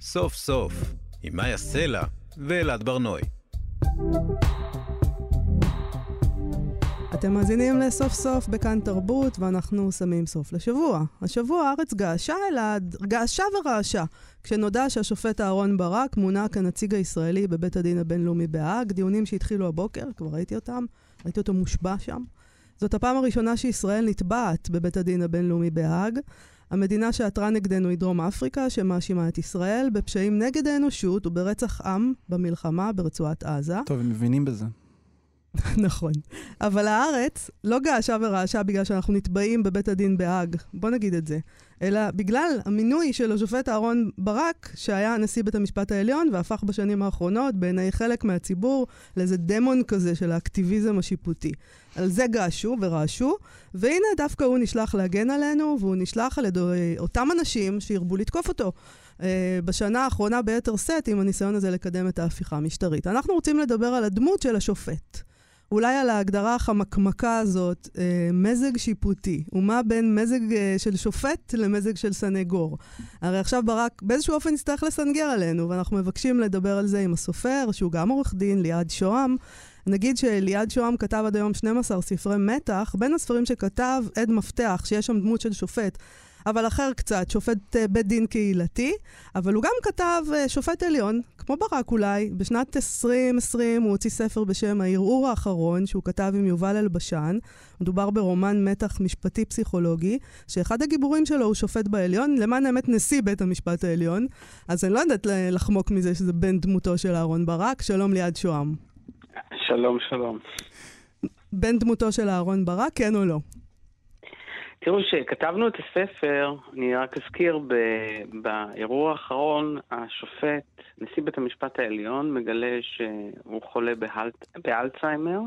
סוף סוף, עם מאיה סלע ואלעד ברנוי. אתם מאזינים לסוף סוף בכאן תרבות, ואנחנו שמים סוף לשבוע. השבוע הארץ געשה אלעד, געשה ורעשה, כשנודע שהשופט אהרון ברק מונה כנציג הישראלי בבית הדין הבינלאומי בהאג, דיונים שהתחילו הבוקר, כבר ראיתי אותו מושבע שם. זאת הפעם הראשונה שישראל נתבעת בבית הדין הבינלאומי בהאג. המדינה שעתרה נגדנו היא דרום אפריקה, שמאשימה את ישראל בפשעים נגד האנושות וברצח עם במלחמה ברצועת עזה. טוב, הם מבינים בזה. נכון. אבל הארץ לא געשה ורעשה בגלל שאנחנו נתבעים בבית הדין בהאג, בוא נגיד את זה, אלא בגלל המינוי של השופט אהרון ברק, שהיה נשיא בית המשפט העליון, והפך בשנים האחרונות בעיני חלק מהציבור לאיזה דמון כזה של האקטיביזם השיפוטי. על זה געשו ורעשו, והנה דווקא הוא נשלח להגן עלינו, והוא נשלח על ידי אותם אנשים שירבו לתקוף אותו. בשנה האחרונה ביתר סט, עם הניסיון הזה לקדם את ההפיכה המשטרית. אנחנו רוצים לדבר על הדמות של השופט. אולי על ההגדרה החמקמקה הזאת, מזג שיפוטי, ומה בין מזג של שופט למזג של סנגור. הרי עכשיו ברק באיזשהו אופן יצטרך לסנגר עלינו, ואנחנו מבקשים לדבר על זה עם הסופר, שהוא גם עורך דין, ליעד שוהם. נגיד שליעד שוהם כתב עד היום 12 ספרי מתח, בין הספרים שכתב עד מפתח, שיש שם דמות של שופט, אבל אחר קצת, שופט בית דין קהילתי, אבל הוא גם כתב שופט עליון, כמו ברק אולי. בשנת 2020 הוא הוציא ספר בשם הערעור האחרון, שהוא כתב עם יובל אלבשן. מדובר ברומן מתח משפטי פסיכולוגי, שאחד הגיבורים שלו הוא שופט בעליון, למען האמת נשיא בית המשפט העליון. אז אני לא יודעת לחמוק מזה שזה בן דמותו של אהרון ברק. שלום ליעד שוהם. שלום, שלום. בן דמותו של אהרון ברק, כן או לא? תראו, שכתבנו את הספר, אני רק אזכיר, בערעור האחרון, השופט, נשיא בית המשפט העליון, מגלה שהוא חולה באלצהיימר,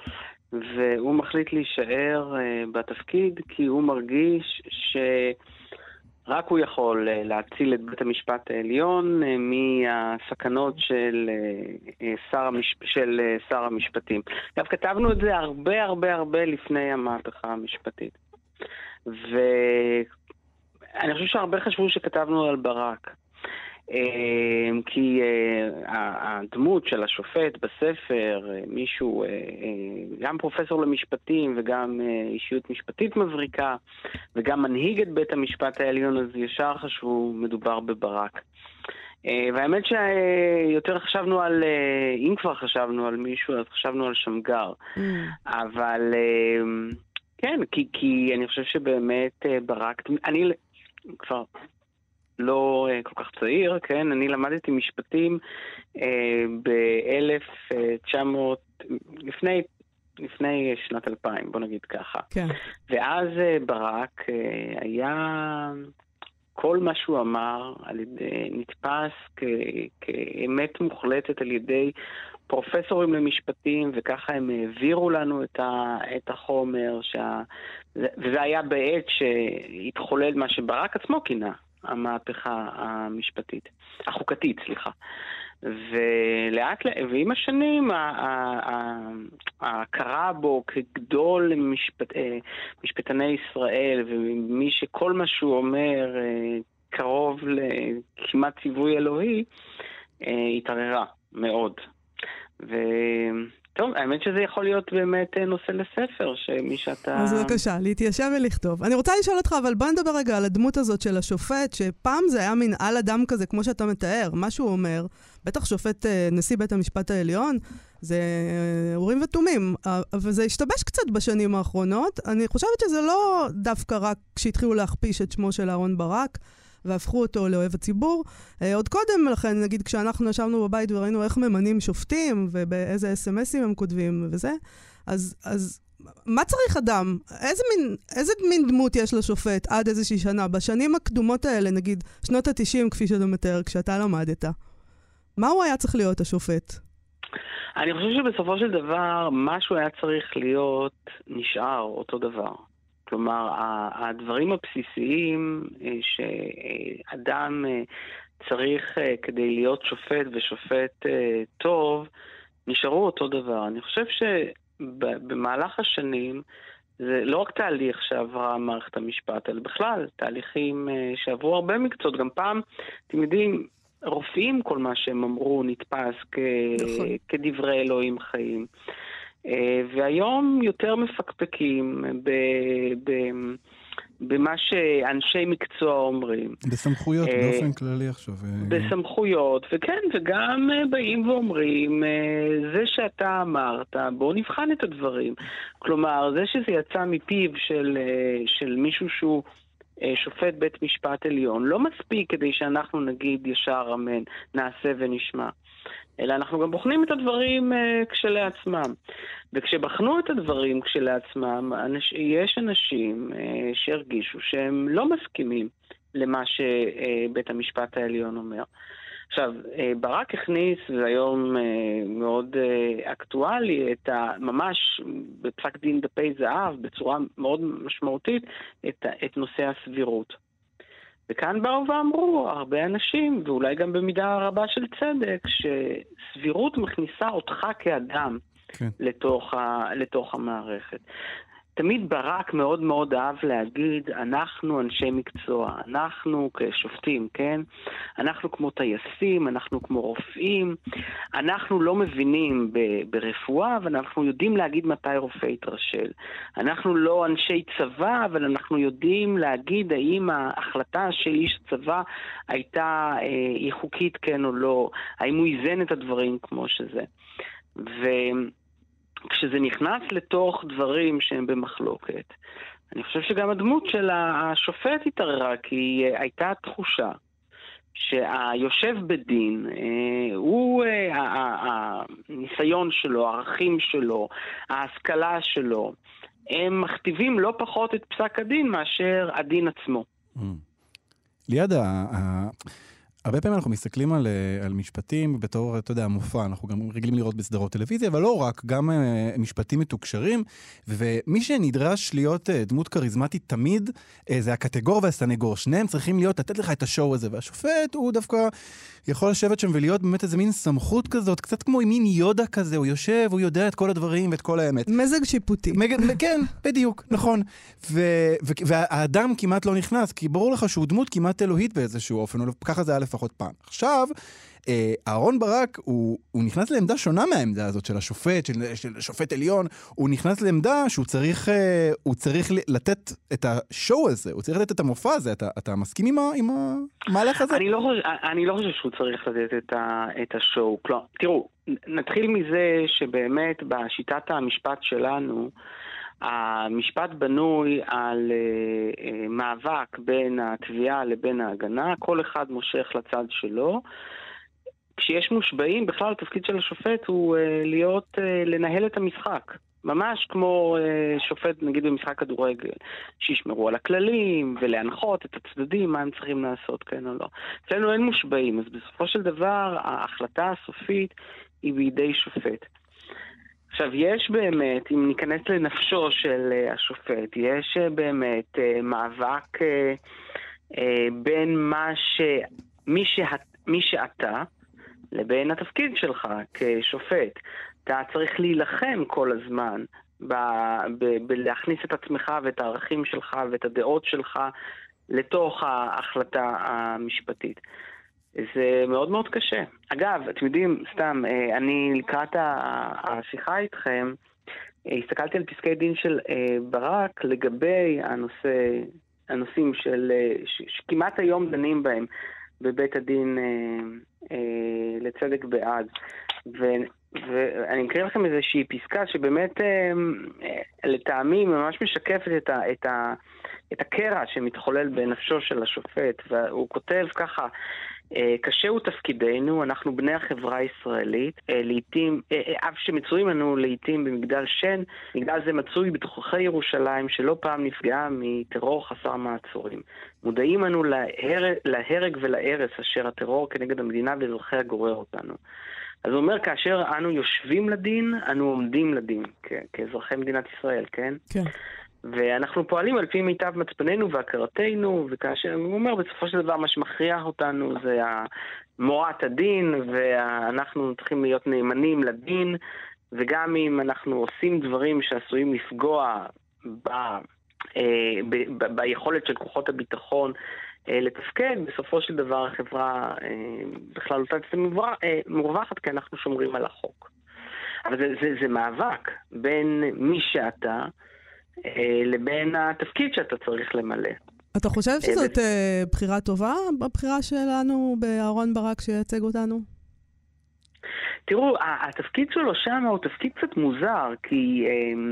והוא מחליט להישאר בתפקיד, כי הוא מרגיש שרק הוא יכול להציל את בית המשפט העליון מהסכנות של שר המשפטים. עכשיו, כתבנו את זה הרבה לפני המהפכה המשפטית. ואני חושב שהרבה חשבו שכתבנו על ברק, כי הדמות של השופט בספר, מישהו, גם פרופסור למשפטים וגם אישיות משפטית מבריקה, וגם מנהיג את בית המשפט העליון, אז ישר חשבו מדובר בברק. והאמת שיותר חשבנו על, אם כבר חשבנו על מישהו, אז חשבנו על שמגר. אבל כן, כי אני חושב שבאמת ברק, אני כבר לא כל כך צעיר, כן? אני למדתי משפטים ב-1900, לפני שנת 2000, בוא נגיד ככה. כן. ואז ברק היה, כל מה שהוא אמר נתפס כאמת מוחלטת על ידי פרופסורים למשפטים, וככה הם העבירו לנו את החומר, וזה היה בעת שהתחולל מה שברק עצמו כינה, המהפכה המשפטית, החוקתית, סליחה. ועם השנים ההכרה בו כגדול משפטני ישראל, ומי שכל מה שהוא אומר קרוב לכמעט ציווי אלוהי, התערערה מאוד. טוב, האמת שזה יכול להיות באמת נושא לספר, שמי שאתה... אז בבקשה, להתיישב ולכתוב. אני רוצה לשאול אותך, אבל בוא נדבר רגע על הדמות הזאת של השופט, שפעם זה היה מין על אדם כזה, כמו שאתה מתאר, מה שהוא אומר, בטח שופט נשיא בית המשפט העליון, זה אורים ותומים, אבל זה השתבש קצת בשנים האחרונות. אני חושבת שזה לא דווקא רק כשהתחילו להכפיש את שמו של אהרון ברק, והפכו אותו לאוהב הציבור. עוד קודם לכן, נגיד, כשאנחנו ישבנו בבית וראינו איך ממנים שופטים, ובאיזה SMSים הם כותבים וזה, אז מה צריך אדם? איזה מין דמות יש לשופט עד איזושהי שנה? בשנים הקדומות האלה, נגיד, שנות ה-90, כפי שאתה מתאר, כשאתה למדת. מה הוא היה צריך להיות השופט? אני חושב שבסופו של דבר, משהו היה צריך להיות נשאר אותו דבר. כלומר, הדברים הבסיסיים שאדם צריך כדי להיות שופט ושופט טוב, נשארו אותו דבר. אני חושב שבמהלך השנים, זה לא רק תהליך שעברה מערכת המשפט, אלא בכלל, תהליכים שעברו הרבה מקצועות. גם פעם, אתם יודעים, רופאים, כל מה שהם אמרו נתפס כדברי אלוהים חיים. והיום יותר מפקפקים במה שאנשי מקצוע אומרים. בסמכויות, באופן כללי עכשיו. בסמכויות, וכן, וגם באים ואומרים, זה שאתה אמרת, בוא נבחן את הדברים. כלומר, זה שזה יצא מפיו של מישהו שהוא שופט בית משפט עליון, לא מספיק כדי שאנחנו נגיד ישר אמן, נעשה ונשמע. אלא אנחנו גם בוחנים את הדברים כשלעצמם. וכשבחנו את הדברים כשלעצמם, יש אנשים שהרגישו שהם לא מסכימים למה שבית המשפט העליון אומר. עכשיו, ברק הכניס, והיום מאוד אקטואלי, ממש בפסק דין דפי זהב, בצורה מאוד משמעותית, את נושא הסבירות. וכאן באו ואמרו הרבה אנשים, ואולי גם במידה רבה של צדק, שסבירות מכניסה אותך כאדם כן. לתוך המערכת. תמיד ברק מאוד מאוד אהב להגיד, אנחנו אנשי מקצוע, אנחנו כשופטים, כן? אנחנו כמו טייסים, אנחנו כמו רופאים, אנחנו לא מבינים ברפואה, אבל אנחנו יודעים להגיד מתי רופא יתרשל. אנחנו לא אנשי צבא, אבל אנחנו יודעים להגיד האם ההחלטה של איש צבא הייתה חוקית כן או לא, האם הוא איזן את הדברים כמו שזה. כשזה נכנס לתוך דברים שהם במחלוקת, אני חושב שגם הדמות של השופט התערערה, כי הייתה תחושה שהיושב בדין, הוא הניסיון שלו, הערכים שלו, ההשכלה שלו, הם מכתיבים לא פחות את פסק הדין מאשר הדין עצמו. ליד הרבה פעמים אנחנו מסתכלים על משפטים בתור, אתה יודע, מופע, אנחנו גם רגילים לראות בסדרות טלוויזיה, אבל לא רק, גם משפטים מתוקשרים, ומי שנדרש להיות דמות קריזמטית תמיד, זה הקטגור והסנגור, שניהם צריכים לתת לך את השואו הזה, והשופט הוא דווקא יכול לשבת שם ולהיות באמת איזה מין סמכות כזאת, קצת כמו מין יודה כזה, הוא יושב, הוא יודע את כל הדברים ואת כל האמת. מזג שיפוטי. כן, בדיוק, נכון. והאדם כמעט לא נכנס, כי ברור לך שהוא דמות כמעט אלוהית באיזשהו אופן, ככה זה היה לפחות פעם. עכשיו, אהרון ברק, הוא נכנס לעמדה שונה מהעמדה הזאת של השופט, של שופט עליון, הוא נכנס לעמדה שהוא צריך לתת את השואו הזה, הוא צריך לתת את המופע הזה, אתה מסכים עם המהלך הזה? אני לא חושב שהוא צריך לתת את השואו, כלומר, תראו, נתחיל מזה שבאמת בשיטת המשפט שלנו, המשפט בנוי על מאבק בין התביעה לבין ההגנה, כל אחד מושך לצד שלו. כשיש מושבעים, בכלל התפקיד של השופט הוא לנהל את המשחק. ממש כמו שופט, נגיד במשחק כדורגל, שישמרו על הכללים ולהנחות את הצדדים, מה הם צריכים לעשות, כן או לא. אצלנו אין מושבעים, אז בסופו של דבר ההחלטה הסופית היא בידי שופט. עכשיו, יש באמת, אם ניכנס לנפשו של השופט, יש באמת מאבק בין מי שאתה לבין התפקיד שלך כשופט. אתה צריך להילחם כל הזמן בלהכניס את עצמך ואת הערכים שלך ואת הדעות שלך לתוך ההחלטה המשפטית. זה מאוד מאוד קשה. אגב, אתם יודעים, סתם, אני לקראת השיחה איתכם, הסתכלתי על פסקי דין של ברק לגבי הנושאים שכמעט היום דנים בהם בבית הדין לצדק בהאג. ואני מקריא לכם איזושהי פסקה שבאמת לטעמי ממש משקפת את הקרע שמתחולל בנפשו של השופט, והוא כותב ככה, קשה הוא תפקידנו, אנחנו בני החברה הישראלית, לעתים, אף שמצויים לנו לעתים במגדל שן, מגדל זה מצוי בתוככי ירושלים שלא פעם נפגעה מטרור חסר מעצורים. מודעים אנו להרג ולהרס אשר הטרור כנגד המדינה ואזרחיה גורר אותנו. אז הוא אומר, כאשר אנו יושבים לדין, אנו עומדים לדין, כאזרחי מדינת ישראל, כן? כן. ואנחנו פועלים על פי מיטב מצפננו והכרתנו, וכאשר הוא אומר, בסופו של דבר מה שמכריע אותנו זה מורת הדין, ואנחנו צריכים להיות נאמנים לדין, וגם אם אנחנו עושים דברים שעשויים לפגוע ביכולת של כוחות הביטחון לתפקד, בסופו של דבר החברה בכללותה מורווחת, כי אנחנו שומרים על החוק. אבל זה מאבק בין מי שאתה לבין התפקיד שאתה צריך למלא. אתה חושב שזאת בחירה טובה, בבחירה שלנו באהרון ברק שייצג אותנו? תראו, התפקיד שלו שם הוא תפקיד קצת מוזר, כי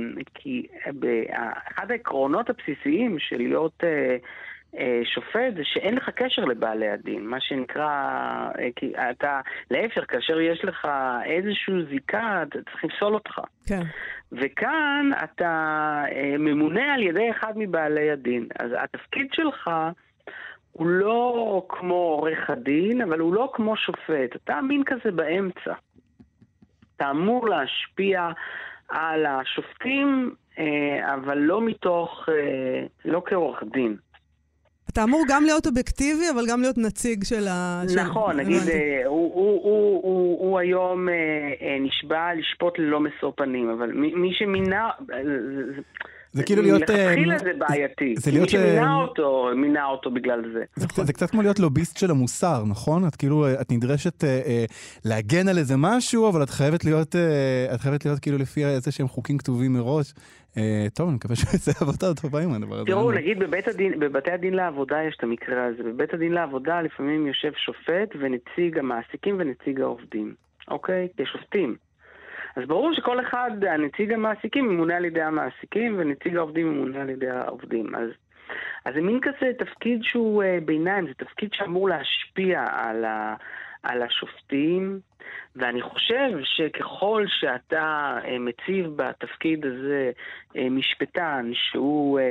אחד העקרונות הבסיסיים של להיות שופט זה שאין לך קשר לבעלי הדין, מה שנקרא, כי אתה, להפך, כאשר יש לך איזשהו זיקה, אתה צריך לפסול אותך. כן. וכאן אתה ממונה על ידי אחד מבעלי הדין. אז התפקיד שלך הוא לא כמו עורך הדין, אבל הוא לא כמו שופט. אתה מין כזה באמצע. אתה אמור להשפיע על השופטים, אבל לא מתוך, לא כעורך דין. אתה אמור גם להיות אובייקטיבי, אבל גם להיות נציג של נכון, נגיד, הוא היום נשבע לשפוט ללא משוא פנים, אבל מי שמינה, זה כאילו להיות... מלכתחילה זה בעייתי. מי שמינה אותו בגלל זה. זה קצת כמו להיות לוביסט של המוסר, נכון? את כאילו, את נדרשת להגן על איזה משהו, אבל את חייבת להיות כאילו לפי איזה שהם חוקים כתובים מראש. טוב, אני מקווה שזה עבודה טובה עם הדבר הזה. תראו, נגיד בבתי הדין לעבודה יש את המקרה הזה. בבית הדין לעבודה לפעמים יושב שופט ונציג המעסיקים ונציג העובדים. אוקיי? כשופטים. אז ברור שכל אחד, הנציג המעסיקים ממונה על ידי המעסיקים, ונציג העובדים ממונה על ידי העובדים. אז זה מין כזה תפקיד שהוא ביניים, זה תפקיד שאמור להשפיע על השופטים, ואני חושב שככל שאתה מציב בתפקיד הזה משפטן שהוא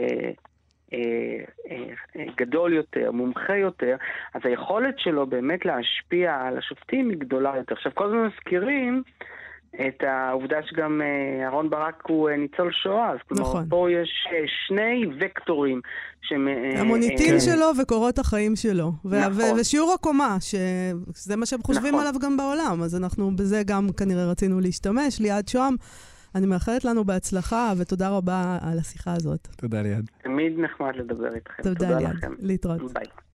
גדול יותר, מומחה יותר, אז היכולת שלו באמת להשפיע על השופטים היא גדולה יותר. עכשיו, כל הזמן מזכירים את העובדה שגם אהרון ברק הוא ניצול שואה, אז כלומר, פה יש שני וקטורים. המוניטין שלו וקורות החיים שלו. ושיעור הקומה, שזה מה שהם חושבים עליו גם בעולם, אז אנחנו בזה גם כנראה רצינו להשתמש. ליעד שוהם, אני מאחלת לנו בהצלחה, ותודה רבה על השיחה הזאת. תודה ליעד. תמיד נחמד לדבר איתכם. תודה ליעד. להתראות. ביי.